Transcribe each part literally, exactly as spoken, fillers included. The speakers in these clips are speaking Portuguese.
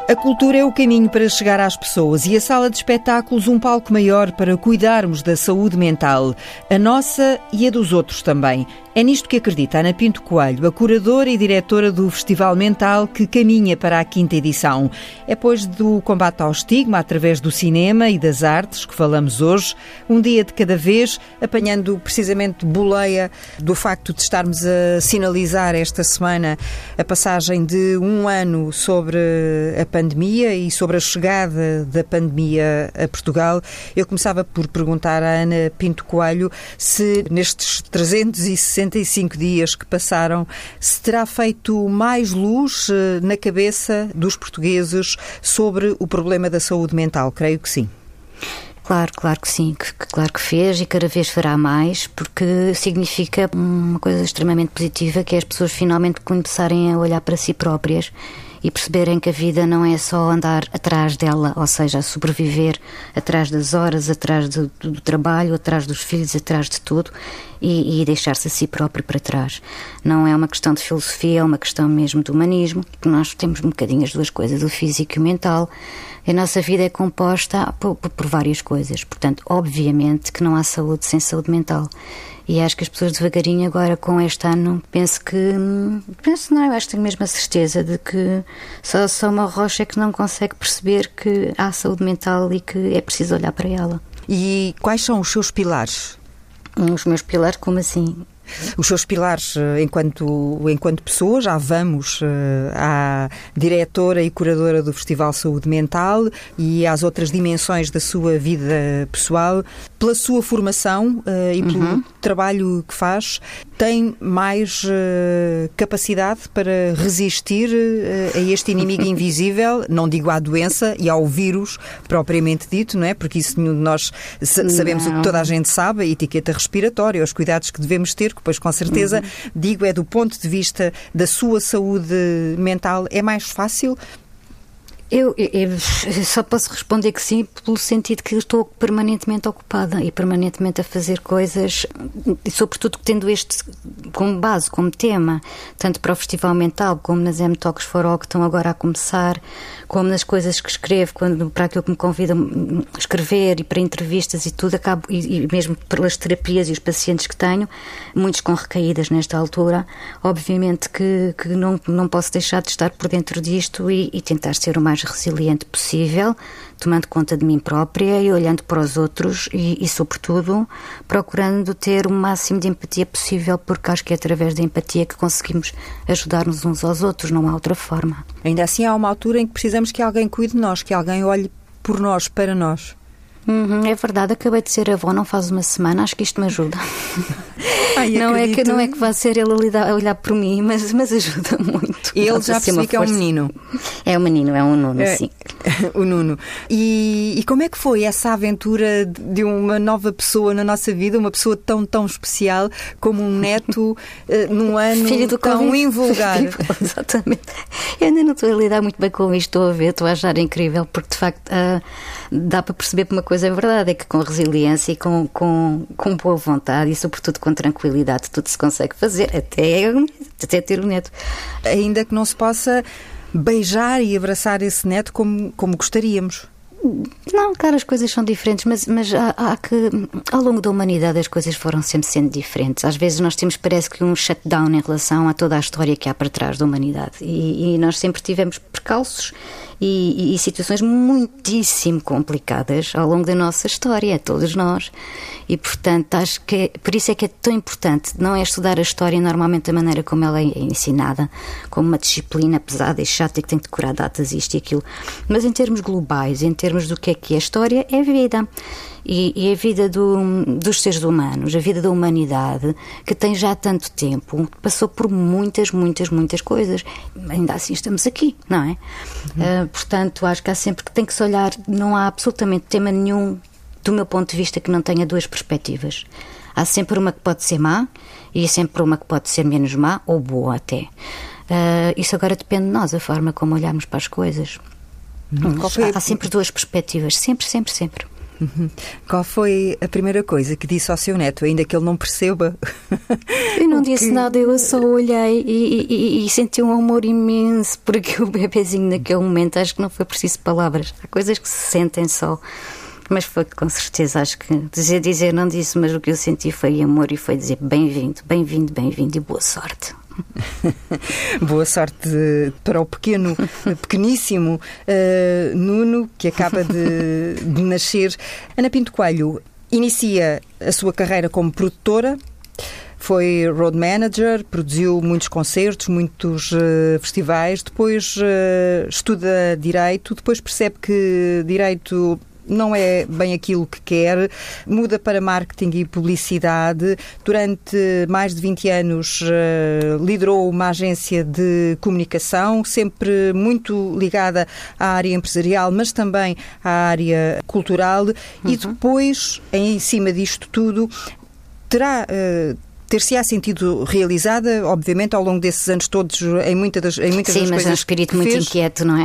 A cultura é o caminho para chegar às pessoas e a sala de espetáculos um palco maior para cuidarmos da saúde mental, a nossa e a dos outros também. É nisto que acredita Ana Pinto Coelho, a curadora e diretora do Festival Mental, que caminha para a quinta edição. É, pois, do combate ao estigma através do cinema e das artes que falamos hoje, um dia de cada vez, apanhando precisamente boleia do facto de estarmos a sinalizar esta semana a passagem de um ano sobre a pandemia e sobre a chegada da pandemia a Portugal. Eu começava por perguntar à Ana Pinto Coelho se nestes trezentos e sessenta e cinco dias que passaram se terá feito mais luz na cabeça dos portugueses sobre o problema da saúde mental. Creio que sim. Claro, claro que sim, que, que, claro que fez e cada vez fará mais, porque significa uma coisa extremamente positiva, que é as pessoas finalmente começarem a olhar para si próprias e perceberem que a vida não é só andar atrás dela, ou seja, a sobreviver atrás das horas, atrás do, do trabalho, atrás dos filhos, atrás de tudo, e, e deixar-se a si próprio para trás. Não é uma questão de filosofia, é uma questão mesmo de humanismo, que nós temos um bocadinho as duas coisas, o físico e o mental. A nossa vida é composta por, por várias coisas, portanto, obviamente que não há saúde sem saúde mental. E acho que as pessoas devagarinho agora com este ano, penso que, penso não, eu acho que tenho mesmo a certeza de que só, só uma rocha é que não consegue perceber que há saúde mental e que é preciso olhar para ela. E quais são os seus pilares? Os meus pilares, como assim? Os seus pilares enquanto, enquanto pessoa, já vamos uh, à diretora e curadora do Festival Saúde Mental e às outras dimensões da sua vida pessoal. Pela sua formação uh, e pelo uhum. trabalho que faz, tem mais uh, capacidade para resistir uh, a este inimigo invisível, não digo à doença e ao vírus propriamente dito, não é? Porque isso nenhum de nós sabemos não. O que toda a gente sabe, a etiqueta respiratória, os cuidados que devemos ter, que depois com certeza, uhum. digo, é do ponto de vista da sua saúde mental, é mais fácil? Eu, eu, eu só posso responder que sim, pelo sentido que eu estou permanentemente ocupada e permanentemente a fazer coisas, e sobretudo tendo este como base, como tema, tanto para o Festival Mental, como nas M-Talks for All que estão agora a começar, como nas coisas que escrevo, quando, para aquilo que me convida a escrever e para entrevistas e tudo, acabo, e, e mesmo pelas terapias e os pacientes que tenho, muitos com recaídas nesta altura, obviamente que, que não, não posso deixar de estar por dentro disto e, e tentar ser o mais resiliente possível, tomando conta de mim própria e olhando para os outros e, e, sobretudo, procurando ter o máximo de empatia possível, porque acho que é através da empatia que conseguimos ajudar-nos uns aos outros, não há outra forma. Ainda assim, há uma altura em que precisamos que alguém cuide de nós, que alguém olhe por nós, para nós. Uhum, é verdade, acabei de ser avó, não faz uma semana, acho que isto me ajuda. Ai, não, é que, não é que vai ser ele a, lidar, a olhar por mim, mas, mas ajuda muito. Ele já percebi que é um menino. É um menino, é um Nuno, é, sim. O Nuno. E, e como é que foi essa aventura de uma nova pessoa na nossa vida, uma pessoa tão, tão especial como um neto uh, num ano Filho do tão Covid. invulgar? Exatamente. Eu ainda não estou a lidar muito bem com isto, estou a ver, estou a achar incrível, porque de facto uh, dá para perceber que uma coisa é verdade, é que com resiliência e com, com, com boa vontade e sobretudo com tranquilidade tudo se consegue fazer, até, até ter um neto. Ainda que não se possa beijar e abraçar esse neto como, como gostaríamos. Não, claro, as coisas são diferentes, mas, mas há, há que, ao longo da humanidade as coisas foram sempre sendo diferentes. Às vezes nós temos, parece que um shutdown em relação a toda a história que há para trás da humanidade e, e nós sempre tivemos percalços e, e, e situações muitíssimo complicadas ao longo da nossa história, todos nós. E, portanto, acho que é, por isso é que é tão importante, não é estudar a história normalmente da maneira como ela é ensinada, como uma disciplina pesada e chata e que tem que decorar datas, isto e aquilo, mas em termos globais, em termos do que é que é a história, é a vida. E, e a vida do, dos seres humanos, a vida da humanidade, que tem já tanto tempo, passou por muitas, muitas, muitas coisas. Ainda assim estamos aqui, não é? Uhum. Uh, portanto, acho que há sempre que tem que se olhar, não há absolutamente tema nenhum, do meu ponto de vista, que não tenha duas perspectivas. Há sempre uma que pode ser má e sempre uma que pode ser menos má ou boa até. Uh, isso agora depende de nós, a forma como olharmos para as coisas. Hum, há sempre duas perspectivas, sempre, sempre, sempre. Uhum. Qual foi a primeira coisa que disse ao seu neto, ainda que ele não perceba? Eu não disse que... nada, eu só olhei e, e, e senti um amor imenso por aquele bebezinho naquele momento. Acho que não foi preciso palavras. Há coisas que se sentem só. Mas foi com certeza, acho que dizer, dizer não disse, mas o que eu senti foi amor e foi dizer bem-vindo, bem-vindo, bem-vindo e boa sorte. Boa sorte para o pequeno, pequeníssimo uh, Nuno, que acaba de, de nascer. Ana Pinto Coelho inicia a sua carreira como produtora. Foi road manager, produziu muitos concertos, muitos uh, festivais. Depois uh, estuda Direito, depois percebe que Direito não é bem aquilo que quer, muda para marketing e publicidade. Durante mais de vinte anos uh, liderou uma agência de comunicação, sempre muito ligada à área empresarial, mas também à área cultural. Uhum. E depois, em cima disto tudo, terá... Uh, ter-se-á sentido realizada, obviamente, ao longo desses anos todos, em, muita das, em muitas Sim, das coisas. Sim, mas é um espírito muito fez. inquieto, não é?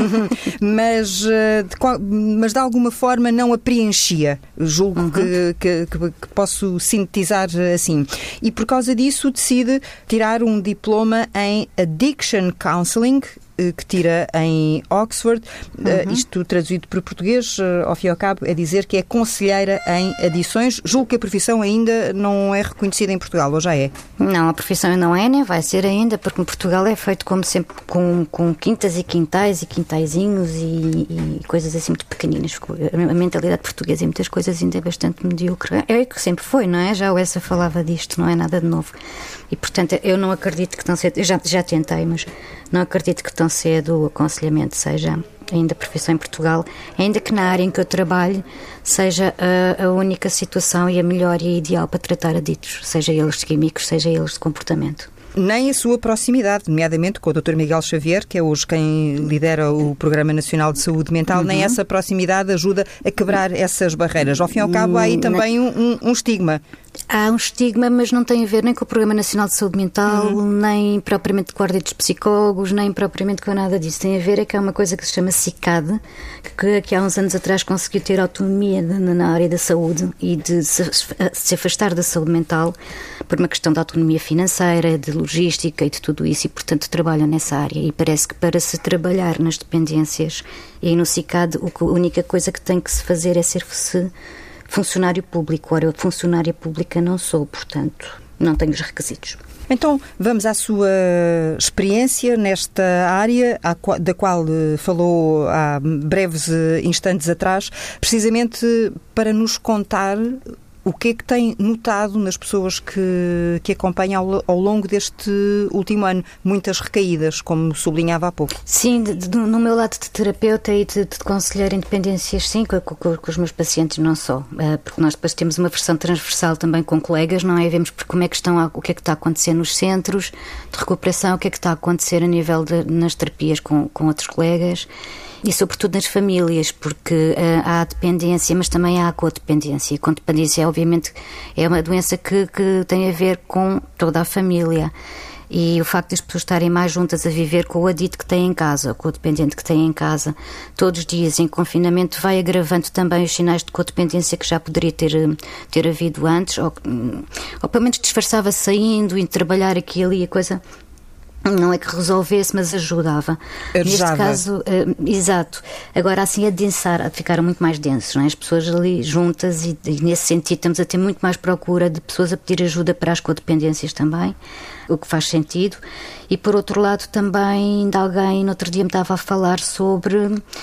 mas, de qual, mas de alguma forma não a preenchia. Julgo uhum. que, que, que, que posso sintetizar assim. E por causa disso decide tirar um diploma em Addiction Counselling, que tira em Oxford. Uhum. Isto traduzido para português, ao fim e ao cabo, é dizer que é conselheira em adições. Julgo que a profissão ainda não é reconhecida em Portugal, ou já é? Não, a profissão não é, nem vai ser ainda, porque em Portugal é feito como sempre com, com quintas e quintais e quintaizinhos e, e coisas assim muito pequeninas. A mentalidade portuguesa em muitas coisas ainda é bastante medíocre. É que sempre foi, não é? Já o Essa falava disto, não é nada de novo. E, portanto, eu não acredito que tão cedo... Eu já, já tentei, mas não acredito que tão cedo o aconselhamento seja ainda profissão em Portugal, ainda que na área em que eu trabalho seja a, a única situação e a melhor e a ideal para tratar aditos, seja eles de químicos, seja eles de comportamento. Nem a sua proximidade, nomeadamente com o doutor Miguel Xavier, que é hoje quem lidera o Programa Nacional de Saúde Mental, uhum. nem essa proximidade ajuda a quebrar essas barreiras. Ao fim e ao cabo, há aí também um, um, um estigma. Há um estigma, mas não tem a ver nem com o Programa Nacional de Saúde Mental, uhum. nem propriamente com a ordem dos psicólogos, nem propriamente com nada disso. Tem a ver é que há uma coisa que se chama CICAD, que, que há uns anos atrás conseguiu ter autonomia na, na área da saúde e de se, se afastar da saúde mental por uma questão de autonomia financeira, de logística e de tudo isso, e portanto trabalham nessa área. E parece que para se trabalhar nas dependências e no CICAD, a única coisa que tem que se fazer é ser-se funcionário público. Ora, eu funcionária pública não sou, portanto, não tenho os requisitos. Então, vamos à sua experiência nesta área, da qual falou há breves instantes atrás, precisamente para nos contar o que é que tem notado nas pessoas que, que acompanham ao, ao longo deste último ano? Muitas recaídas, como sublinhava há pouco. Sim, de, de, no meu lado de terapeuta e de, de conselheiro em dependências, sim, com, com, com os meus pacientes não só. Porque nós depois temos uma versão transversal também com colegas, não é? Vemos como é que estão, a, o que é que está a acontecer nos centros de recuperação, o que é que está a acontecer a nível de, nas terapias com, com outros colegas. E sobretudo nas famílias, porque uh, há a dependência, mas também há a codependência. A codependência, obviamente, é uma doença que, que tem a ver com toda a família. E o facto das pessoas estarem mais juntas a viver com o adito que têm em casa, com o dependente que têm em casa, todos os dias em confinamento, vai agravando também os sinais de codependência que já poderia ter, ter havido antes, ou, ou pelo menos disfarçava saindo e trabalhar aqui e ali a coisa... Não é que resolvesse, mas ajudava. Ajudava. Neste caso, uh, exato. Agora, assim, a densar, a ficar muito mais densos, não é? As pessoas ali juntas e, e, nesse sentido, estamos a ter muito mais procura de pessoas a pedir ajuda para as codependências também, o que faz sentido. E, por outro lado, também, de alguém, no outro dia me estava a falar sobre...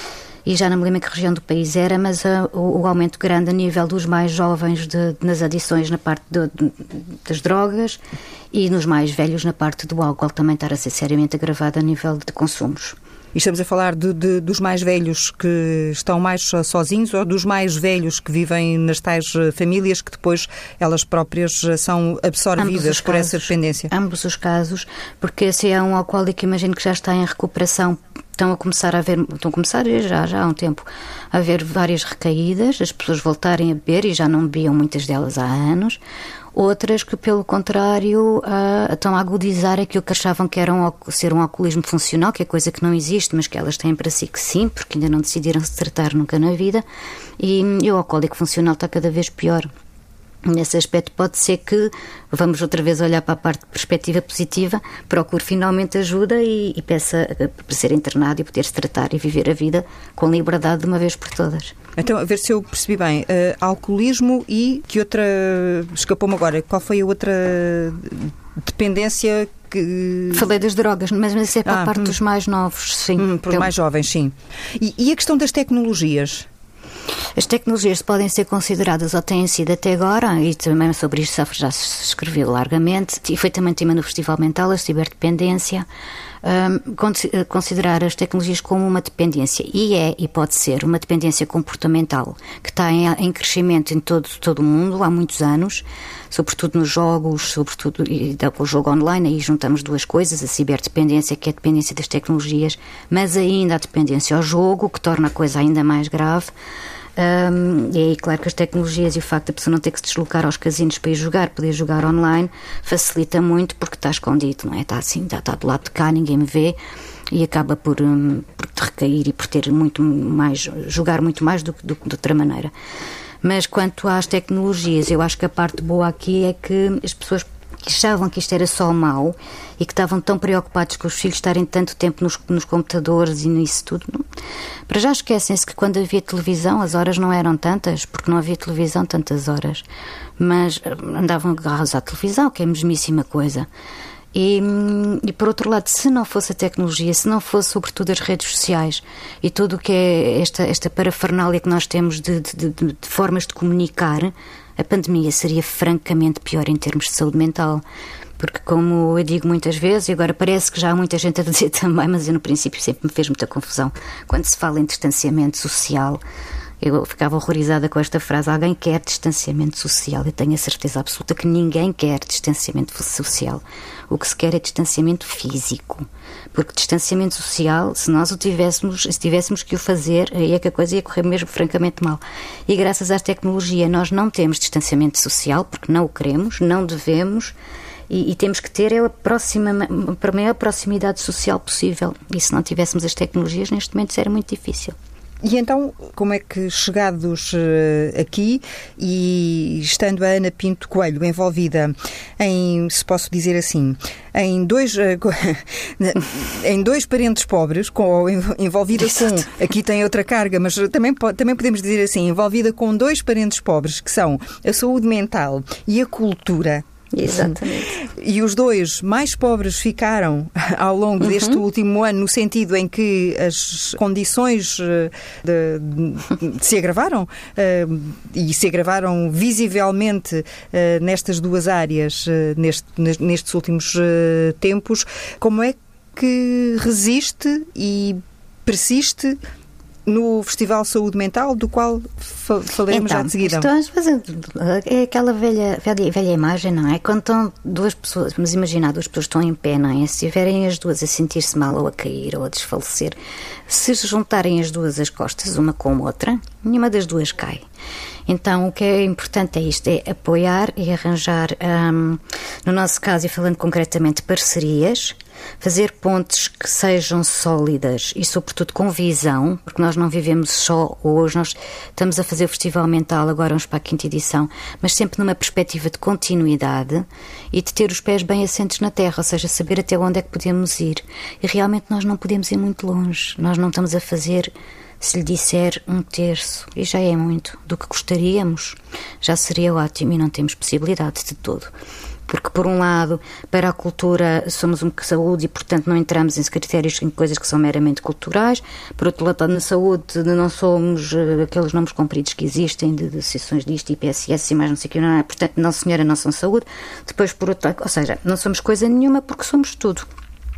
E já não me lembro em que região do país era, mas uh, o, o aumento grande a nível dos mais jovens de, de, nas adições na parte de, de, das drogas e nos mais velhos na parte do álcool também estar a ser seriamente agravado a nível de consumos. E estamos a falar de, de, dos mais velhos que estão mais sozinhos ou dos mais velhos que vivem nas tais famílias que depois elas próprias são absorvidas por casos, essa dependência? Ambos os casos, porque se é um alcoólico, imagino que já está em recuperação, estão a começar a haver, estão a começar já, já há um tempo, a haver várias recaídas, as pessoas voltarem a beber e já não bebiam muitas delas há anos. Outras que, pelo contrário, uh, estão a agudizar aquilo que achavam que era um, ser um alcoolismo funcional, que é coisa que não existe, mas que elas têm para si que sim, porque ainda não decidiram se tratar nunca na vida, e, e o alcoólico funcional está cada vez pior. Nesse aspecto pode ser que, vamos outra vez olhar para a parte de perspectiva positiva, procure finalmente ajuda e, e peça para ser internado e poder-se tratar e viver a vida com liberdade de uma vez por todas. Então, a ver se eu percebi bem, uh, alcoolismo e que outra, escapou-me agora, qual foi a outra dependência que... Falei das drogas, mas isso é para ah, a parte hum. dos mais novos, sim. Hum, para os mais jovens, sim. E, e a questão das tecnologias? As tecnologias podem ser consideradas, ou têm sido até agora, e também sobre isto já se escreveu largamente, e foi também tema no Festival Mental, a ciberdependência, um, considerar as tecnologias como uma dependência, e é, e pode ser, uma dependência comportamental, que está em, em crescimento em todo, todo o mundo há muitos anos, sobretudo nos jogos, sobretudo e com o jogo online, aí juntamos duas coisas, a ciberdependência, que é a dependência das tecnologias, mas ainda a dependência ao jogo, que torna a coisa ainda mais grave. Um, e aí, claro que as tecnologias e o facto da pessoa não ter que se deslocar aos casinos para ir jogar, poder jogar online, facilita muito porque está escondido, não é? Está assim, está, está do lado de cá, ninguém me vê e acaba por, um, por recair e por ter muito mais, jogar muito mais do que de outra maneira. Mas quanto às tecnologias, eu acho que a parte boa aqui é que as pessoas que achavam que isto era só mau e que estavam tão preocupados com os filhos estarem tanto tempo nos, nos computadores e nisso tudo, não? Para já esquecem-se que quando havia televisão as horas não eram tantas, porque não havia televisão tantas horas, mas andavam agarrados à televisão, que é a mesmíssima coisa. E, e por outro lado, se não fosse a tecnologia, se não fosse sobretudo as redes sociais e tudo o que é esta, esta parafernália que nós temos de, de, de, de formas de comunicar, a pandemia seria francamente pior em termos de saúde mental. Porque, como eu digo muitas vezes, e agora parece que já há muita gente a dizer também, mas eu no princípio sempre me fez muita confusão, quando se fala em distanciamento social, eu ficava horrorizada com esta frase: alguém quer distanciamento social? Eu tenho a certeza absoluta que ninguém quer distanciamento social. O que se quer é distanciamento físico, porque distanciamento social, se nós o tivéssemos, se tivéssemos que o fazer, aí é que a coisa ia correr mesmo francamente mal. E graças à tecnologia nós não temos distanciamento social, porque não o queremos, não devemos, e, e temos que ter a, próxima, a maior proximidade social possível. E se não tivéssemos as tecnologias, neste momento isso era muito difícil. E então, como é que, chegados uh, aqui e estando a Ana Pinto Coelho envolvida em, se posso dizer assim, em dois, uh, em dois parentes pobres, com, envolvida Exato. com, aqui tem outra carga, mas também, também podemos dizer assim, envolvida com dois parentes pobres, que são a saúde mental e a cultura. Exatamente. E os dois mais pobres ficaram ao longo uhum. deste último ano, no sentido em que as condições de, de, de se agravaram uh, e se agravaram visivelmente uh, nestas duas áreas uh, neste, nestes últimos uh, tempos. Como é que resiste e persiste no Festival Saúde Mental, do qual fa- falaremos então, já de seguida? Então, é aquela velha, velha, velha imagem, não é? Quando estão duas pessoas, vamos imaginar, duas pessoas estão em pé, não é? Se estiverem as duas a sentir-se mal ou a cair ou a desfalecer, se se juntarem as duas as costas, uma com a outra, nenhuma das duas cai. Então, o que é importante é isto, é apoiar e arranjar, um, no nosso caso, e falando concretamente, parcerias, fazer pontes que sejam sólidas e, sobretudo, com visão, porque nós não vivemos só hoje, nós estamos a fazer o Festival Mental, agora vamos para a quinta edição, mas sempre numa perspectiva de continuidade e de ter os pés bem assentos na terra, ou seja, saber até onde é que podemos ir. E realmente nós não podemos ir muito longe, nós não estamos a fazer... Se lhe disser um terço, e já é muito, do que gostaríamos, já seria ótimo e não temos possibilidade de todo. Porque, por um lado, para a cultura somos um saúde e, portanto, não entramos em critérios, em coisas que são meramente culturais. Por outro lado, na saúde não somos uh, aqueles nomes compridos que existem de, de sessões disto, I P S S e mais não sei o que, não é? Portanto, não senhora, não são saúde. Depois, por outro lado, ou seja, não somos coisa nenhuma porque somos tudo.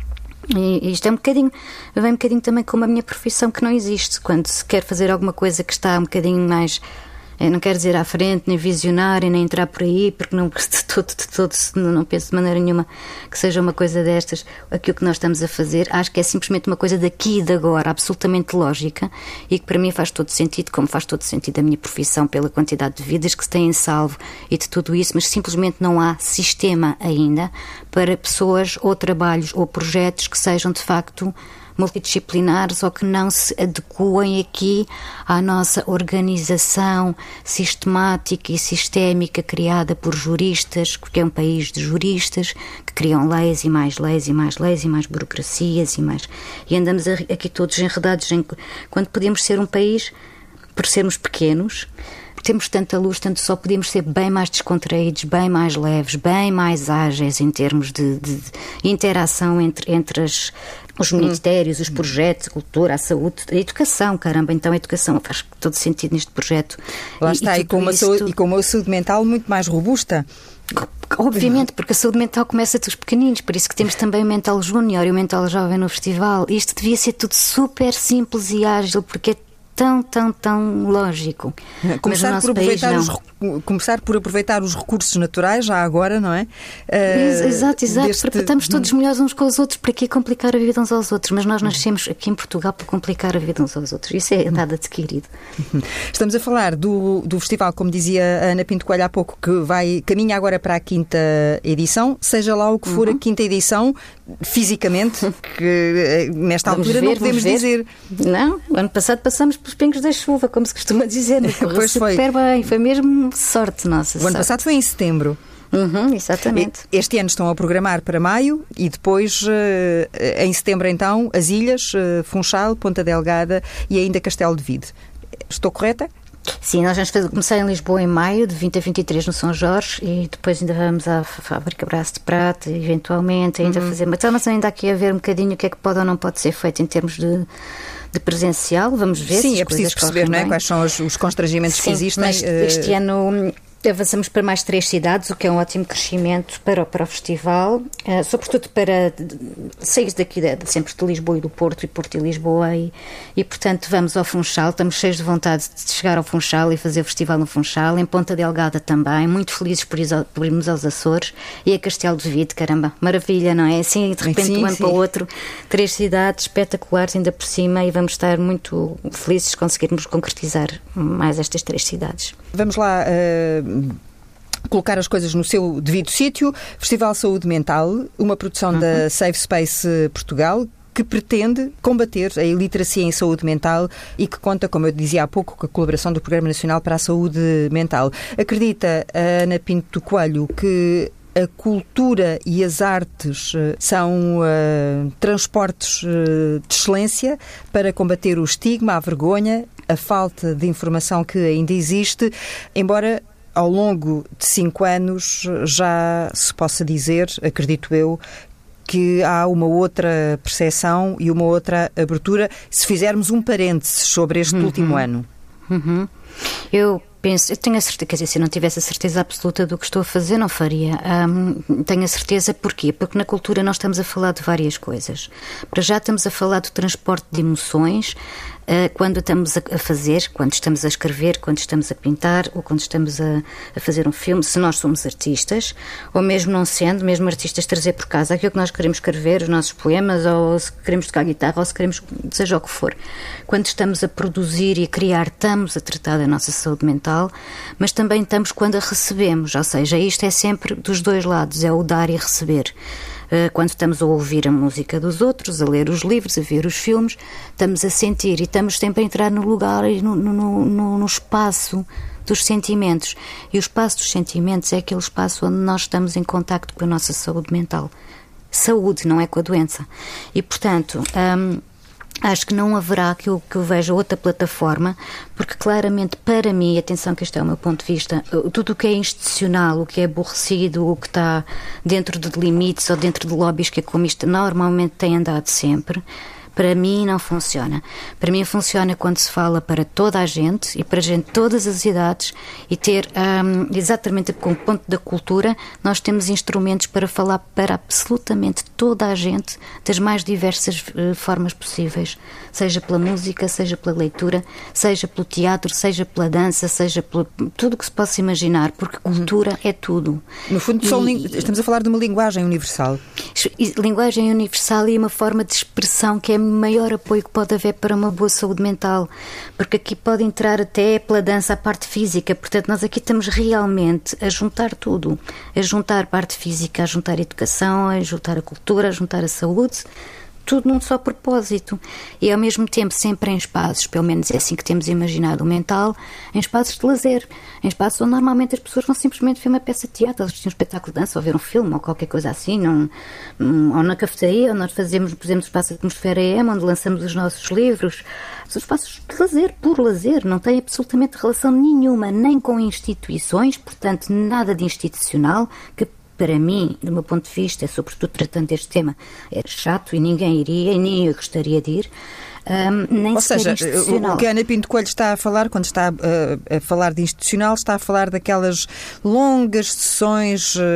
E isto é um bocadinho, vem um bocadinho também com a minha profissão que não existe. Quando se quer fazer alguma coisa que está um bocadinho mais Eu não quero dizer à frente, nem visionário, nem entrar por aí, porque não, de todo, de todo, não penso de maneira nenhuma que seja uma coisa destas. Aquilo que nós estamos a fazer, acho que é simplesmente uma coisa daqui e de agora, absolutamente lógica, e que para mim faz todo sentido, como faz todo sentido a minha profissão, pela quantidade de vidas que se têm salvo e de tudo isso, mas simplesmente não há sistema ainda para pessoas ou trabalhos ou projetos que sejam de facto multidisciplinares ou que não se adequem aqui à nossa organização sistemática e sistémica criada por juristas, porque é um país de juristas que criam leis e mais leis e mais leis e mais burocracias e mais... E andamos aqui todos enredados em... Quando podíamos ser um país, por sermos pequenos, temos tanta luz, tanto só podíamos ser bem mais descontraídos, bem mais leves, bem mais ágeis em termos de, de, de interação entre, entre as, os ministérios, os projetos, a cultura, a saúde, a educação, caramba, então a educação faz todo sentido neste projeto. Lá está, e, e, com, uma saúde, tudo... e com uma saúde mental muito mais robusta. Obviamente, porque a saúde mental começa dos pequeninos, por isso que temos também o mental júnior e o mental jovem no festival. E isto devia ser tudo super simples e ágil, porque é tão, tão, tão lógico. Começar, Mas por aproveitar país, os, começar por aproveitar os recursos naturais, já agora, não é? Uh, exato, exato, deste... porque estamos todos melhores uns com os outros, para que complicar a vida uns aos outros? Mas nós nascemos aqui em Portugal para complicar a vida uns aos outros. Isso é dado adquirido. Estamos a falar do, do festival, como dizia a Ana Pinto Coelho há pouco, que vai, caminha agora para a quinta edição, seja lá o que for uhum. a quinta edição, fisicamente, que nesta vamos altura ver, não podemos dizer. Não, o ano passado passamos pelos pingos da chuva, como se costuma dizer, correu super bem, foi mesmo sorte nossa. O ano sorte. passado foi em setembro. Uhum, exatamente. Este ano estão a programar para maio e depois, em setembro então, as Ilhas, Funchal, Ponta Delgada e ainda Castelo de Vide. Estou correta? Sim, nós vamos fazer, começar em Lisboa em maio, de vinte a vinte e três no São Jorge, e depois ainda vamos à Fábrica Braço de Prata, eventualmente, ainda uhum. fazer. Mas ainda aqui a ver um bocadinho o que é que pode ou não pode ser feito em termos de, de presencial, vamos ver. Sim, se é preciso perceber, não é? Quais são os, os constrangimentos Sim, que existem. Mas este uh... ano avançamos para mais três cidades, o que é um ótimo crescimento para, para o festival, uh, sobretudo para sair daqui de, de, sempre de Lisboa e do Porto, e Porto e Lisboa, e, e portanto vamos ao Funchal, estamos cheios de vontade de chegar ao Funchal e fazer o festival no Funchal, em Ponta Delgada também, muito felizes por, por irmos aos Açores, e a Castelo de Vide, caramba, maravilha, não é? Assim, de repente, sim, de um ano sim. para o outro, três cidades espetaculares ainda por cima, e vamos estar muito felizes de conseguirmos concretizar mais estas três cidades. Vamos lá... Uh... colocar as coisas no seu devido sítio. Festival Saúde Mental, uma produção uhum. da Safe Space Portugal, que pretende combater a iliteracia em saúde mental e que conta, como eu dizia há pouco, com a colaboração do Programa Nacional para a Saúde Mental. Acredita a Ana Pinto Coelho que a cultura e as artes são uh, transportes uh, de excelência para combater o estigma, a vergonha, a falta de informação que ainda existe, embora ao longo de cinco anos já se possa dizer, acredito eu, que há uma outra percepção e uma outra abertura, se fizermos um parênteses sobre este uhum. último ano. Uhum. Eu penso, eu tenho a certeza, quer dizer, se eu não tivesse a certeza absoluta do que estou a fazer, não faria. Um, tenho a certeza, porquê? Porque na cultura nós estamos a falar de várias coisas. Para já estamos a falar do transporte de emoções, uh, quando estamos a, a fazer, quando estamos a escrever, quando estamos a pintar, ou quando estamos a, a fazer um filme, se nós somos artistas, ou mesmo não sendo, mesmo artistas trazer por casa aquilo que nós queremos escrever, os nossos poemas, ou se queremos tocar guitarra, ou se queremos, seja o que for. Quando estamos a produzir e a criar, estamos a tratar da nossa saúde mental, mas também estamos quando a recebemos, ou seja, isto é sempre dos dois lados, é o dar e receber. Quando estamos a ouvir a música dos outros, a ler os livros, a ver os filmes, estamos a sentir e estamos sempre a entrar no lugar e no, no, no, no espaço dos sentimentos. E o espaço dos sentimentos é aquele espaço onde nós estamos em contacto com a nossa saúde mental. Saúde, não é com a doença. E, portanto... Hum, acho que não haverá que eu, que eu veja outra plataforma, porque claramente para mim, atenção que este é o meu ponto de vista, tudo o que é institucional, o que é aborrecido, o que está dentro de limites ou dentro de lobbies, que é como isto normalmente tem andado sempre, Para mim não funciona. Para mim funciona quando se fala para toda a gente e para gente de todas as idades e ter um, exatamente com o ponto da cultura, nós temos instrumentos para falar para absolutamente toda a gente das mais diversas uh, formas possíveis, seja pela música, seja pela leitura, seja pelo teatro, seja pela dança, seja pelo tudo o que se possa imaginar, porque cultura é tudo. No fundo, são e, estamos a falar de uma linguagem universal. Linguagem universal e uma forma de expressão que é o maior apoio que pode haver para uma boa saúde mental, porque aqui pode entrar até pela dança a parte física, portanto nós aqui estamos realmente a juntar tudo, a juntar a parte física, a juntar a educação, a juntar a cultura, a juntar a saúde, tudo num só propósito e ao mesmo tempo sempre em espaços, pelo menos é assim que temos imaginado o mental, em espaços de lazer, em espaços onde normalmente as pessoas vão simplesmente ver uma peça de teatro, assistir um espetáculo de dança ou ver um filme ou qualquer coisa assim, num, ou na cafeteria, onde nós fazemos, por exemplo, o espaço Atmosfera E M, onde lançamos os nossos livros. São espaços de lazer, puro lazer, não tem absolutamente relação nenhuma nem com instituições, portanto nada de institucional, que para mim, do meu ponto de vista, sobretudo tratando deste tema, é chato e ninguém iria e nem eu gostaria de ir. Um, nem Ou seja, o que a Ana Pinto Coelho está a falar, quando está a, a falar de institucional, está a falar daquelas longas sessões uh,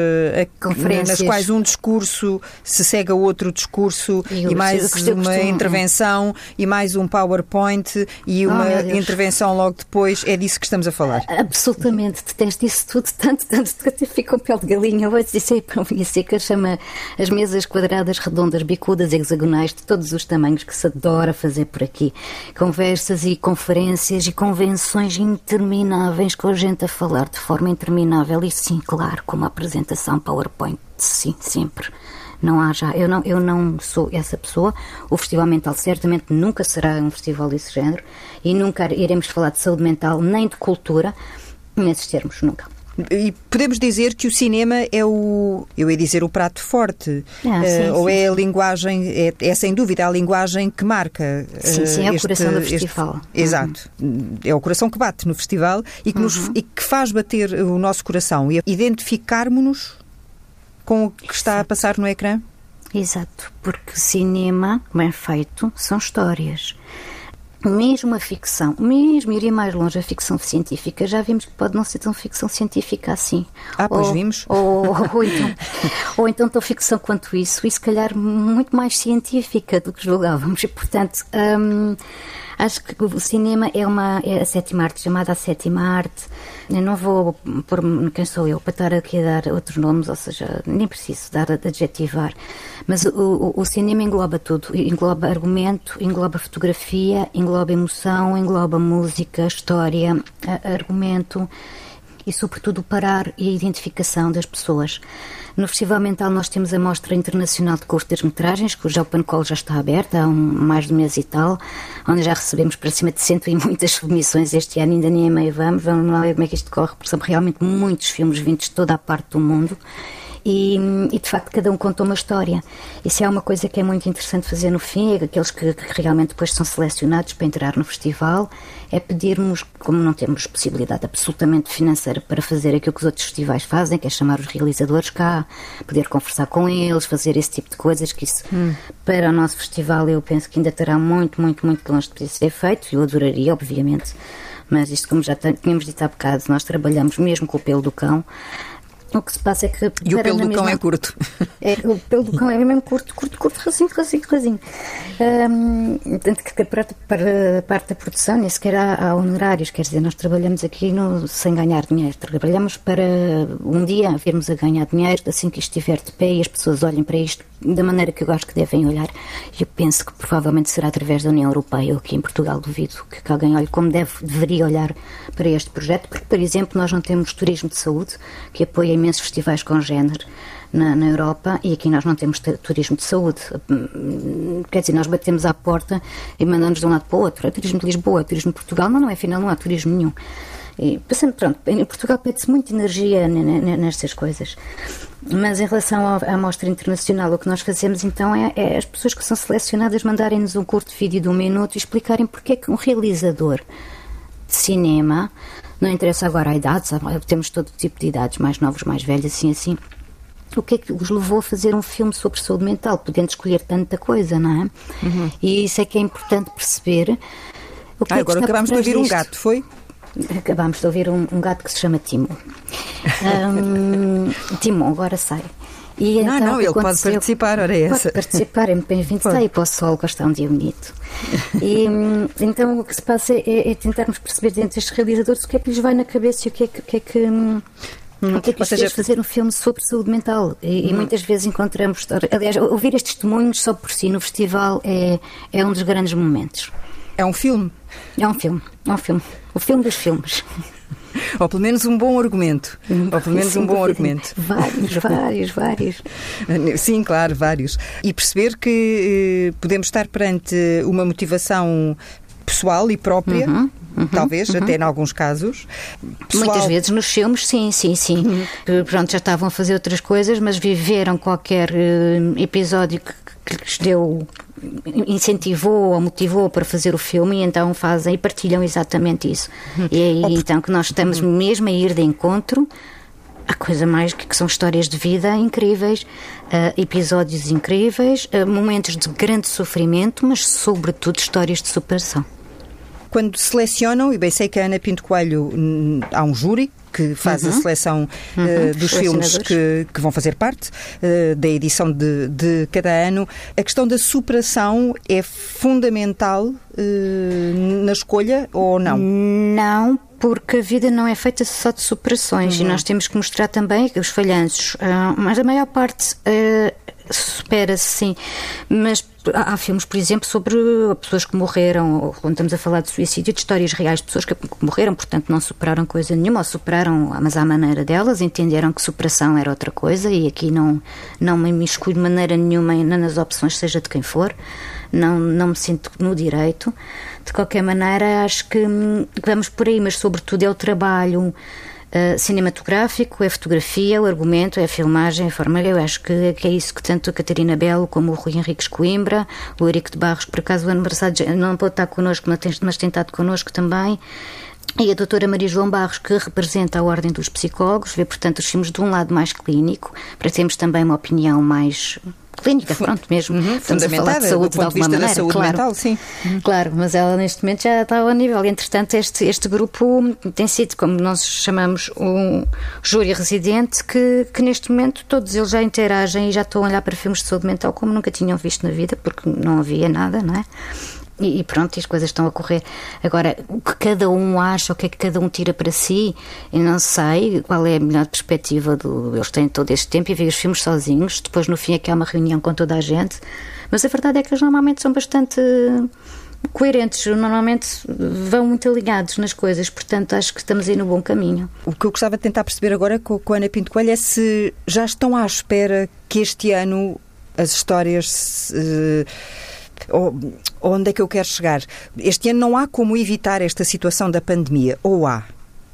a, nas quais um discurso se segue a outro discurso e, e mais uma costumo, intervenção é. e mais um PowerPoint e uma oh, intervenção logo depois. É disso que estamos a falar. Absolutamente, detesto isso tudo tanto, tanto que até fico com pele de galinha. Eu vou dizer para mim seca, chama as mesas quadradas, redondas, bicudas, hexagonais, de todos os tamanhos que se adora fazer por aqui. Conversas e conferências e convenções intermináveis com a gente a falar de forma interminável e sim, claro, com uma apresentação PowerPoint, sim, sempre. Não há já, eu não, eu não sou essa pessoa. O Festival Mental certamente nunca será um festival desse género e nunca iremos falar de saúde mental nem de cultura nesses termos, nunca. E podemos dizer que o cinema é o, eu ia dizer, o prato forte, ah, sim, uh, ou sim, é a sim. linguagem, é, é sem dúvida a linguagem que marca. Sim, sim, é o este, coração do este, festival. Exato, uhum. É o coração que bate no festival e que, uhum. nos, e que faz bater o nosso coração e identificarmos-nos com o que está a passar no ecrã. Exato, porque cinema, bem feito, são histórias. Mesmo a ficção, mesmo iria mais longe, a ficção científica, já vimos que pode não ser tão ficção científica assim. Ah, pois ou, vimos. Ou, ou, então, ou então tão ficção quanto isso, e se calhar muito mais científica do que julgávamos. E, portanto, hum, acho que o cinema é, uma, é a sétima arte, chamada a sétima arte. Eu não vou pôr quem sou eu para estar aqui a dar outros nomes, ou seja, nem preciso dar a adjetivar. Mas o, o, o cinema engloba tudo, engloba argumento, engloba fotografia, engloba emoção, engloba música, história, argumento e, sobretudo, o parar e a identificação das pessoas. No Festival Mental nós temos a Mostra Internacional de Curtas-Metragens, cuja Open Call já está aberta há um, mais de um mês e tal, onde já recebemos para cima de cento e muitas submissões. Este ano ainda nem a meio vamos, vamos lá ver como é que isto corre, porque são realmente muitos filmes vindos de toda a parte do mundo. E, e de facto cada um conta uma história. Isso é uma coisa que é muito interessante fazer no fim, é aqueles que, que realmente depois são selecionados para entrar no festival, é pedirmos, como não temos possibilidade absolutamente financeira para fazer aquilo que os outros festivais fazem, que é chamar os realizadores cá, poder conversar com eles, fazer esse tipo de coisas, que isso hum. para o nosso festival eu penso que ainda terá muito, muito, muito longe de poder ser feito, e eu adoraria, obviamente, mas isto, como já tínhamos dito há bocado, nós trabalhamos mesmo com o pelo do cão. O que se passa é que... E o pelo do mesma... cão é curto. É, o pelo do cão é mesmo curto, curto, curto, rasinho, rasinho, rasinho. Um, tanto que para, para a parte da produção nem sequer há, há honorários, quer dizer, nós trabalhamos aqui no, sem ganhar dinheiro. Trabalhamos para um dia virmos a ganhar dinheiro, assim que isto estiver de pé e as pessoas olhem para isto da maneira que eu acho que devem olhar. E eu penso que provavelmente será através da União Europeia, ou aqui em Portugal duvido que alguém olhe como deve, deveria olhar para este projeto, porque, por exemplo, nós não temos turismo de saúde, que apoia imensos festivais com género na, na Europa, e aqui nós não temos turismo de saúde. Quer dizer, nós batemos à porta e mandamos de um lado para o outro. É turismo de Lisboa, é turismo de Portugal, mas não é, afinal não há turismo nenhum. E, pensando, pronto, em Portugal pede-se muita energia nestas coisas. Mas em relação à Mostra Internacional, o que nós fazemos então é, é as pessoas que são selecionadas mandarem-nos um curto vídeo de um minuto e explicarem porque é que um realizador de cinema, não interessa agora a idade, sabe? Temos todo tipo de idades, mais novos, mais velhos, assim, assim, o que é que os levou a fazer um filme sobre saúde mental, podendo escolher tanta coisa, não é? Uhum. E isso é que é importante perceber. O que ah, é que agora acabámos de ouvir disto? Um gato, foi? Acabámos de ouvir um, um gato que se chama Timo. um, Timo, agora sai. E não, então, não, ele pode participar, ora é essa. Pode participar, é muito bem-vindo. Está aí para o sol, gostar um dia bonito. E então o que se passa é, é tentarmos perceber dentro destes realizadores o que é que lhes vai na cabeça e o que é que... O que é que hum, o que é que lhes fez fazer um filme sobre saúde mental? E, hum. e muitas vezes encontramos... Aliás, ouvir estes testemunhos só por si no festival é, é um dos grandes momentos. É um filme? É um filme, é um filme. O filme dos filmes. Ou pelo menos um bom argumento. Ou pelo menos um bom argumento. Vários, vários, vários. Sim, claro, vários. E perceber que eh, podemos estar perante uma motivação pessoal e própria, uhum, uhum, talvez, uhum. até em alguns casos. Pessoal... Muitas vezes nos filmes, sim, sim, sim. Uhum. Pronto, já estavam a fazer outras coisas, mas viveram qualquer uh, episódio que, que lhes deu... incentivou ou motivou para fazer o filme, e então fazem e partilham exatamente isso. Uhum. E é aí, oh, então, que nós estamos uhum. mesmo a ir de encontro a coisa mais que, que são histórias de vida incríveis, uh, episódios incríveis, uh, momentos de grande sofrimento, mas sobretudo histórias de superação. Quando selecionam, e bem sei que a Ana Pinto Coelho, há um júri que faz uhum. a seleção uhum. uh, dos filmes que, que vão fazer parte uh, da edição de, de cada ano. A questão da superação é fundamental uh, na escolha ou não? Não, porque a vida não é feita só de superações, uhum. e nós temos que mostrar também que os falhanços, uh, mas a maior parte uh, supera-se, sim, mas há filmes, por exemplo, sobre pessoas que morreram, ou quando estamos a falar de suicídio, de histórias reais de pessoas que morreram, portanto não superaram coisa nenhuma, ou superaram, mas à maneira delas, entenderam que superação era outra coisa, e aqui não, não me imiscuo de maneira nenhuma nas opções, seja de quem for, não, não me sinto no direito. De qualquer maneira, acho que vamos por aí, mas sobretudo é o trabalho Uh, cinematográfico, é a fotografia, o argumento, é a filmagem, a forma. Eu acho que, que é isso que tanto a Catarina Belo como o Rui Henriques Coimbra, o Eurico de Barros, que por acaso o ano passado não pode estar connosco, mas tem, mas tem estado connosco também, e a doutora Maria João Barros, que representa a Ordem dos Psicólogos, vê, portanto, os filmes de um lado mais clínico, para termos também uma opinião mais clínica, pronto, mesmo. Uhum, estamos a falar de saúde de alguma maneira, saúde claro. Mental, sim. Uhum. Claro, mas ela neste momento já está ao nível. Entretanto, este, este grupo tem sido, como nós chamamos, um júri residente, que, que neste momento todos eles já interagem e já estão a olhar para filmes de saúde mental como nunca tinham visto na vida, porque não havia nada, não é? E pronto, e as coisas estão a correr. Agora, o que cada um acha, o que é que cada um tira para si, eu não sei qual é a melhor perspectiva do... Eles têm todo este tempo e veem os filmes sozinhos, depois no fim é que há uma reunião com toda a gente, mas a verdade é que eles normalmente são bastante coerentes, normalmente vão muito ligados nas coisas, portanto acho que estamos aí no bom caminho. O que eu gostava de tentar perceber agora com, com a Ana Pinto Coelho é se já estão à espera que este ano as histórias... Uh, onde é que eu quero chegar? Este ano não há como evitar esta situação da pandemia, ou há?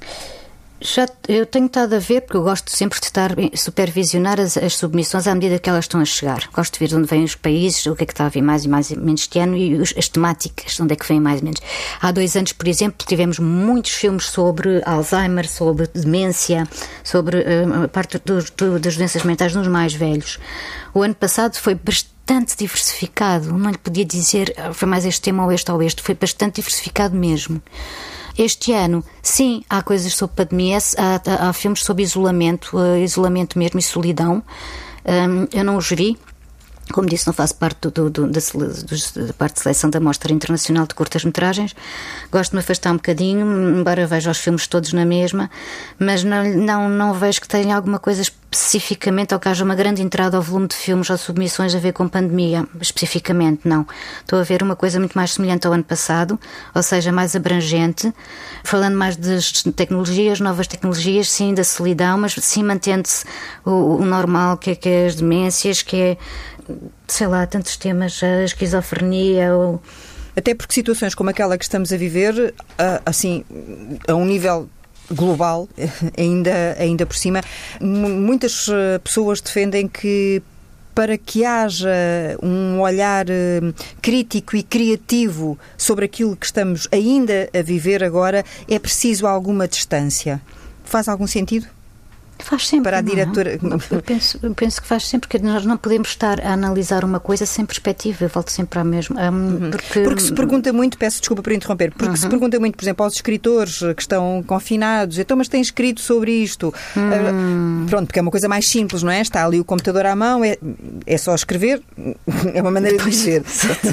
Já, eu tenho estado a ver, porque eu gosto sempre de estar a supervisionar as, as submissões à medida que elas estão a chegar. Gosto de ver de onde vêm os países, o que é que está a vir mais e mais menos este ano, e os, as temáticas, onde é que vêm mais e menos. Há dois anos, por exemplo, tivemos muitos filmes sobre Alzheimer, sobre demência, sobre uh, a parte do, do, das doenças mentais nos mais velhos. O ano passado foi bastante bastante diversificado, não lhe podia dizer foi mais este tema ou este ou este, foi bastante diversificado mesmo. Este ano, sim, há coisas sobre pandemia, há, há, há filmes sobre isolamento, uh, isolamento mesmo e solidão. Um, eu não os vi, como disse, não faço parte do, do, da, da parte de seleção da Mostra Internacional de Curtas-Metragens. Gosto de me afastar um bocadinho, embora veja os filmes todos na mesma, mas não, não, não vejo que tenha alguma coisa especificamente, ou que haja uma grande entrada ao volume de filmes ou submissões a ver com pandemia, especificamente, não. Estou a ver uma coisa muito mais semelhante ao ano passado, ou seja, mais abrangente, falando mais das tecnologias, novas tecnologias, sim, da solidão, mas sim mantendo-se o, o normal, que é, que é as demências, que é, sei lá, tantos temas, a esquizofrenia, ou... Até porque situações como aquela que estamos a viver, assim, a um nível global, ainda, ainda por cima, muitas pessoas defendem que para que haja um olhar crítico e criativo sobre aquilo que estamos ainda a viver agora, é preciso alguma distância. Faz algum sentido? Faz sempre. Para a diretora. Eu penso, eu penso que faz sempre, porque nós não podemos estar a analisar uma coisa sem perspectiva. Eu volto sempre à mesma. Um, porque... porque se pergunta muito, peço desculpa por interromper, porque uhum. se pergunta muito, por exemplo, aos escritores que estão confinados, então, mas têm escrito sobre isto. Hum. Uh, pronto, porque é uma coisa mais simples, não é? Está ali o computador à mão, é, é só escrever, é uma maneira de dizer.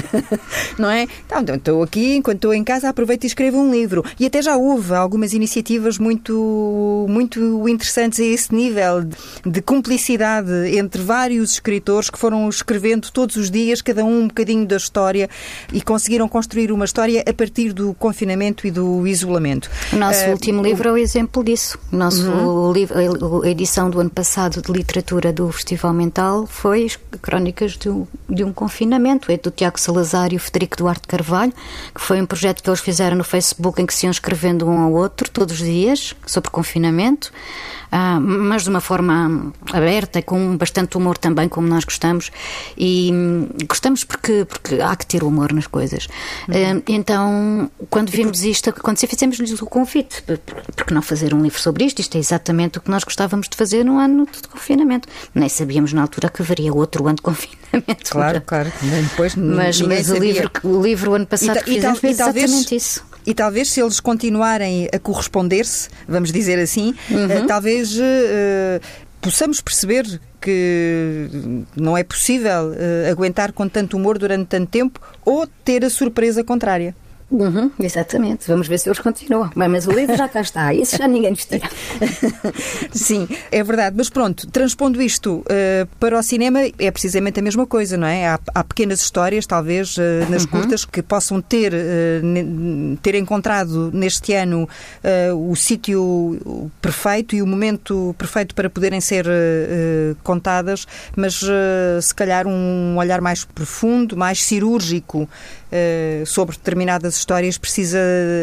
Não é? Então, estou aqui, enquanto estou em casa, aproveito e escrevo um livro. E até já houve algumas iniciativas muito, muito interessantes a esse nível de, de cumplicidade entre vários escritores que foram escrevendo todos os dias, cada um um bocadinho da história, e conseguiram construir uma história a partir do confinamento e do isolamento. O nosso uh, último o... livro é o exemplo disso. O nosso, uhum. o livro, a edição do ano passado de literatura do Festival Mental foi as Crónicas de um, de um Confinamento. É do Tiago Salazar e o Federico Duarte Carvalho, que foi um projeto que eles fizeram no Facebook, em que se iam escrevendo um ao outro todos os dias sobre confinamento. Ah, mas de uma forma aberta, com bastante humor também, como nós gostamos, e hum, gostamos porque, porque há que ter humor nas coisas. Uhum. Ah, então, quando vimos isto acontecer, fizemos-lhes o convite, porque não fazer um livro sobre isto? Isto é exatamente o que nós gostávamos de fazer no ano de confinamento. Nem sabíamos na altura que haveria outro ano de confinamento. Claro, claro. Depois, mas mas o, livro, o livro, o ano passado, e, que fizemos, foi exatamente isso. E talvez, se eles continuarem a corresponder-se, vamos dizer assim, uhum. uh, talvez uh, possamos perceber que não é possível uh, aguentar com tanto humor durante tanto tempo, ou ter a surpresa contrária. Uhum, exatamente, vamos ver se eles continuam. Mas o livro já cá está, isso já ninguém nos tira. Sim, é verdade, mas pronto, transpondo isto uh, para o cinema, é precisamente a mesma coisa, não é? Há, há pequenas histórias, talvez, uh, nas uhum. curtas, que possam ter, uh, ter encontrado neste ano uh, o sítio perfeito e o momento perfeito para poderem ser uh, contadas, mas uh, se calhar um olhar mais profundo, mais cirúrgico uh, sobre determinadas histórias precisa,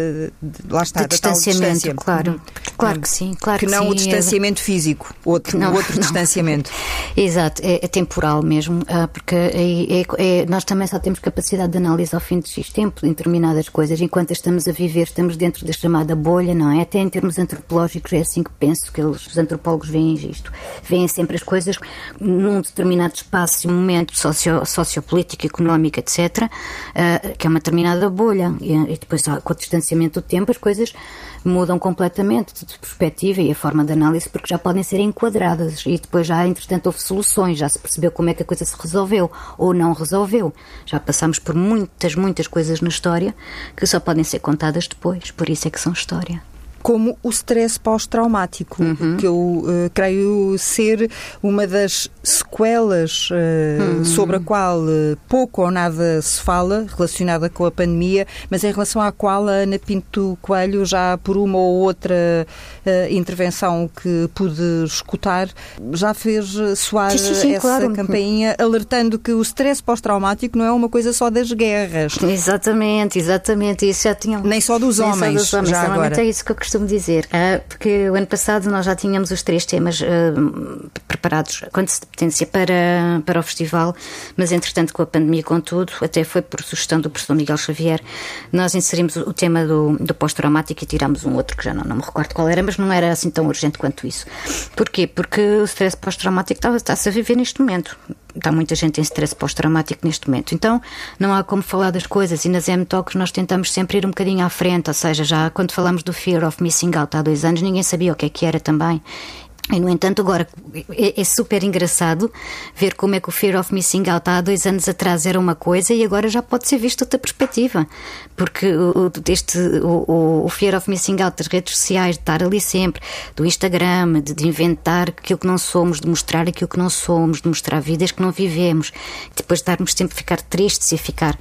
de, lá está, de distanciamento, claro. Uhum. Claro que sim, claro que, que não sim. o distanciamento físico, outro, não, outro não. distanciamento. Exato, é, é temporal mesmo, porque é, é, é, nós também só temos capacidade de análise ao fim de X tempo em determinadas coisas, enquanto estamos a viver, estamos dentro da chamada bolha, não é? Até em termos antropológicos é assim que penso que eles, os antropólogos veem isto. Veem sempre as coisas num determinado espaço e momento socio, sociopolítico, económico, etcétera, uh, que é uma determinada bolha. E depois, com o distanciamento do tempo, as coisas mudam completamente de perspectiva e a forma de análise, porque já podem ser enquadradas e depois já, entretanto, houve soluções, já se percebeu como é que a coisa se resolveu ou não resolveu. Já passamos por muitas, muitas coisas na história que só podem ser contadas depois, por isso é que são história. Como o stress pós-traumático, uhum. que eu uh, creio ser uma das sequelas uh, uhum. sobre a qual uh, pouco ou nada se fala, relacionada com a pandemia, mas em relação à qual a Ana Pinto Coelho, já por uma ou outra uh, intervenção que pude escutar, já fez soar sim, sim, sim, essa claro. campainha, alertando que o stress pós-traumático não é uma coisa só das guerras. Exatamente, exatamente. Isso já tinham... Nem só dos Nem homens, só dos homens. já agora. É isso que eu costumo dizer, porque o ano passado nós já tínhamos os três temas uh, preparados com antecedência para, para o festival, mas entretanto com a pandemia, com tudo, até foi por sugestão do professor Miguel Xavier, nós inserimos o tema do, do pós-traumático e tirámos um outro que já não, não me recordo qual era, mas não era assim tão urgente quanto isso. Porquê? Porque o stress pós-traumático está, está-se a viver neste momento. Está muita gente em stress pós-traumático neste momento. Então, não há como falar das coisas, e nas M-Talks nós tentamos sempre ir um bocadinho à frente, ou seja, já quando falamos do Fear of Missing Out há dois anos, ninguém sabia o que é que era também. E, no entanto, agora é, é super engraçado ver como é que o Fear of Missing Out há dois anos atrás era uma coisa e agora já pode ser visto outra perspectiva. Porque o, este, o, o Fear of Missing Out das redes sociais, de estar ali sempre, do Instagram, de, de inventar aquilo que não somos, de mostrar aquilo que não somos, de mostrar vidas que não vivemos, depois de estarmos sempre a ficar tristes e a ficar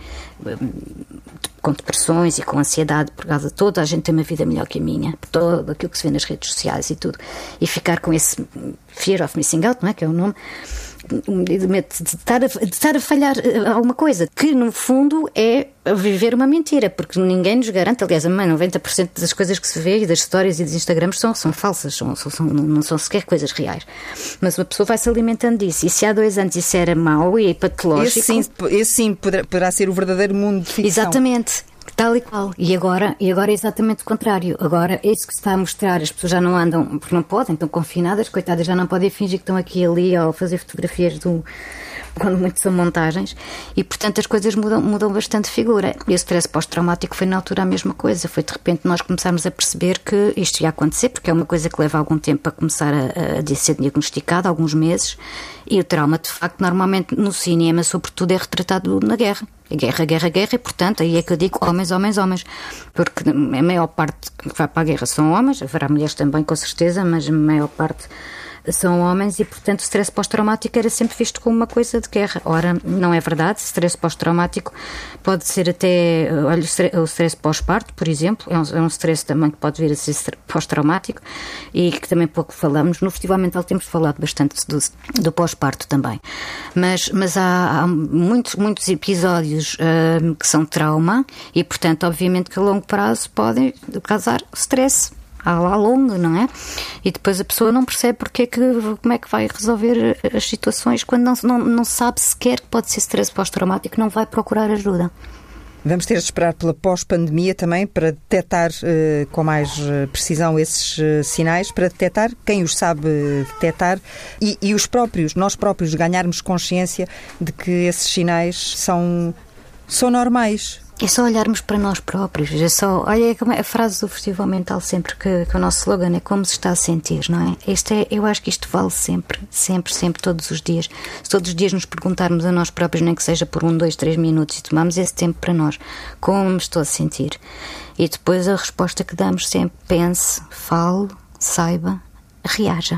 com depressões e com ansiedade por causa de toda a gente tem uma vida melhor que a minha, por todo aquilo que se vê nas redes sociais e tudo, e ficar com esse Fear of Missing Out, não é? Que é o nome, de, de, de, estar a, de estar a falhar alguma coisa, que no fundo é viver uma mentira, porque ninguém nos garante, aliás, a noventa por cento das coisas que se vê e das histórias e dos Instagrams são, são falsas, são, são, não são sequer coisas reais, mas uma pessoa vai se alimentando disso, e se há dois anos isso era mau e patológico, esse sim, esse sim poderá, poderá ser o verdadeiro mundo de ficção. Exatamente. Tal e qual. E agora, e agora é exatamente o contrário. Agora é isso que se está a mostrar. As pessoas já não andam, porque não podem, estão confinadas, coitadas, já não podem fingir que estão aqui e ali ou fazer fotografias do... quando muito são montagens, e portanto as coisas mudam, mudam bastante de figura. E o stress pós-traumático foi na altura a mesma coisa. Foi de repente nós começarmos a perceber que isto ia acontecer, porque é uma coisa que leva algum tempo a começar a, a ser diagnosticada, alguns meses, e o trauma de facto normalmente no cinema sobretudo é retratado na guerra. Guerra, guerra, guerra, e portanto aí é que eu digo homens, homens, homens, porque a maior parte que vai para a guerra são homens, haverá mulheres também com certeza, mas a maior parte são homens e, portanto, o stress pós-traumático era sempre visto como uma coisa de guerra. Ora, não é verdade. Stress pós-traumático pode ser até, olha, o stress pós-parto, por exemplo, é um, é um stress também que pode vir a ser pós-traumático e que também pouco falamos. No Festival Mental temos falado bastante do, do pós-parto também. Mas, mas há, há muitos, muitos episódios uh, que são trauma e, portanto, obviamente que a longo prazo podem causar stress. Há lá longo, não é? E depois a pessoa não percebe porque é que, como é que vai resolver as situações quando não, não, não sabe sequer que pode ser stress pós-traumático, não vai procurar ajuda. Vamos ter de esperar pela pós-pandemia também para detectar uh, com mais uh, precisão esses uh, sinais, para detectar quem os sabe detectar e, e os próprios, nós próprios ganharmos consciência de que esses sinais são, são normais. É só olharmos para nós próprios, é só, olha a frase do Festival Mental sempre, que, que o nosso slogan é como se está a sentir, não é? Este é? Eu acho que isto vale sempre, sempre, sempre, todos os dias. Se todos os dias nos perguntarmos a nós próprios, nem que seja por um, dois, três minutos, e tomarmos esse tempo para nós, como me estou a sentir? E depois a resposta que damos sempre, pense, fale, saiba, reaja.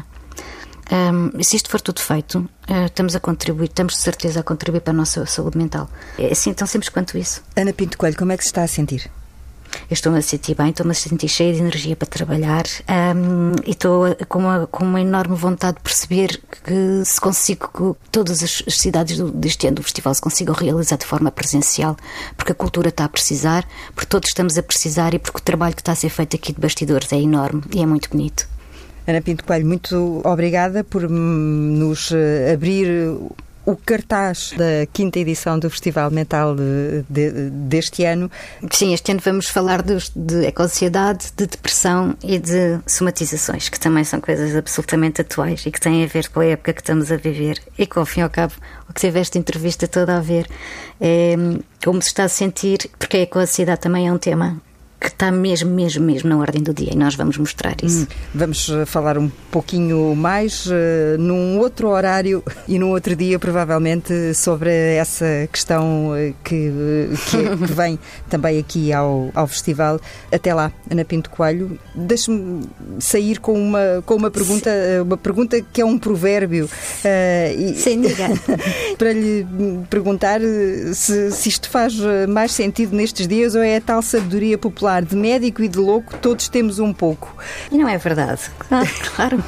Um, se isto for tudo feito, uh, estamos a contribuir, estamos de certeza a contribuir para a nossa saúde mental. É assim tão simples quanto isso. Ana Pinto Coelho, como é que se está a sentir? Eu estou-me a sentir bem, estou-me a sentir cheia de energia para trabalhar um, e estou com uma, com uma enorme vontade de perceber que se consigo que todas as cidades do, deste ano do festival se consigam realizar de forma presencial, porque a cultura está a precisar, porque todos estamos a precisar e porque o trabalho que está a ser feito aqui de bastidores é enorme e é muito bonito. Ana Pinto Coelho, muito obrigada por nos abrir o cartaz da quinta edição do Festival Mental de, de, deste ano. Sim, este ano vamos falar de, de eco-ansiedade, de depressão e de somatizações, que também são coisas absolutamente atuais e que têm a ver com a época que estamos a viver e que, ao fim e ao cabo, o que teve esta entrevista toda a ver é como se está a sentir, porque a eco-ansiedade também é um tema que está mesmo, mesmo, mesmo na ordem do dia e nós vamos mostrar isso. Hum, vamos falar um pouquinho mais uh, num outro horário e num outro dia, provavelmente, sobre essa questão uh, que, uh, que, que vem também aqui ao, ao festival. Até lá, Ana Pinto Coelho, deixe-me sair com uma, com uma pergunta, uma pergunta que é um provérbio. Uh, e, Sem diga. Para lhe perguntar se, se isto faz mais sentido nestes dias ou é a tal sabedoria popular de médico e de louco, todos temos um pouco. E não é verdade? Claro, claro.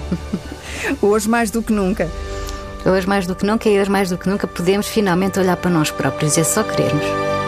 Hoje mais do que nunca. Hoje mais do que nunca e hoje mais do que nunca podemos finalmente olhar para nós próprios, é só querermos.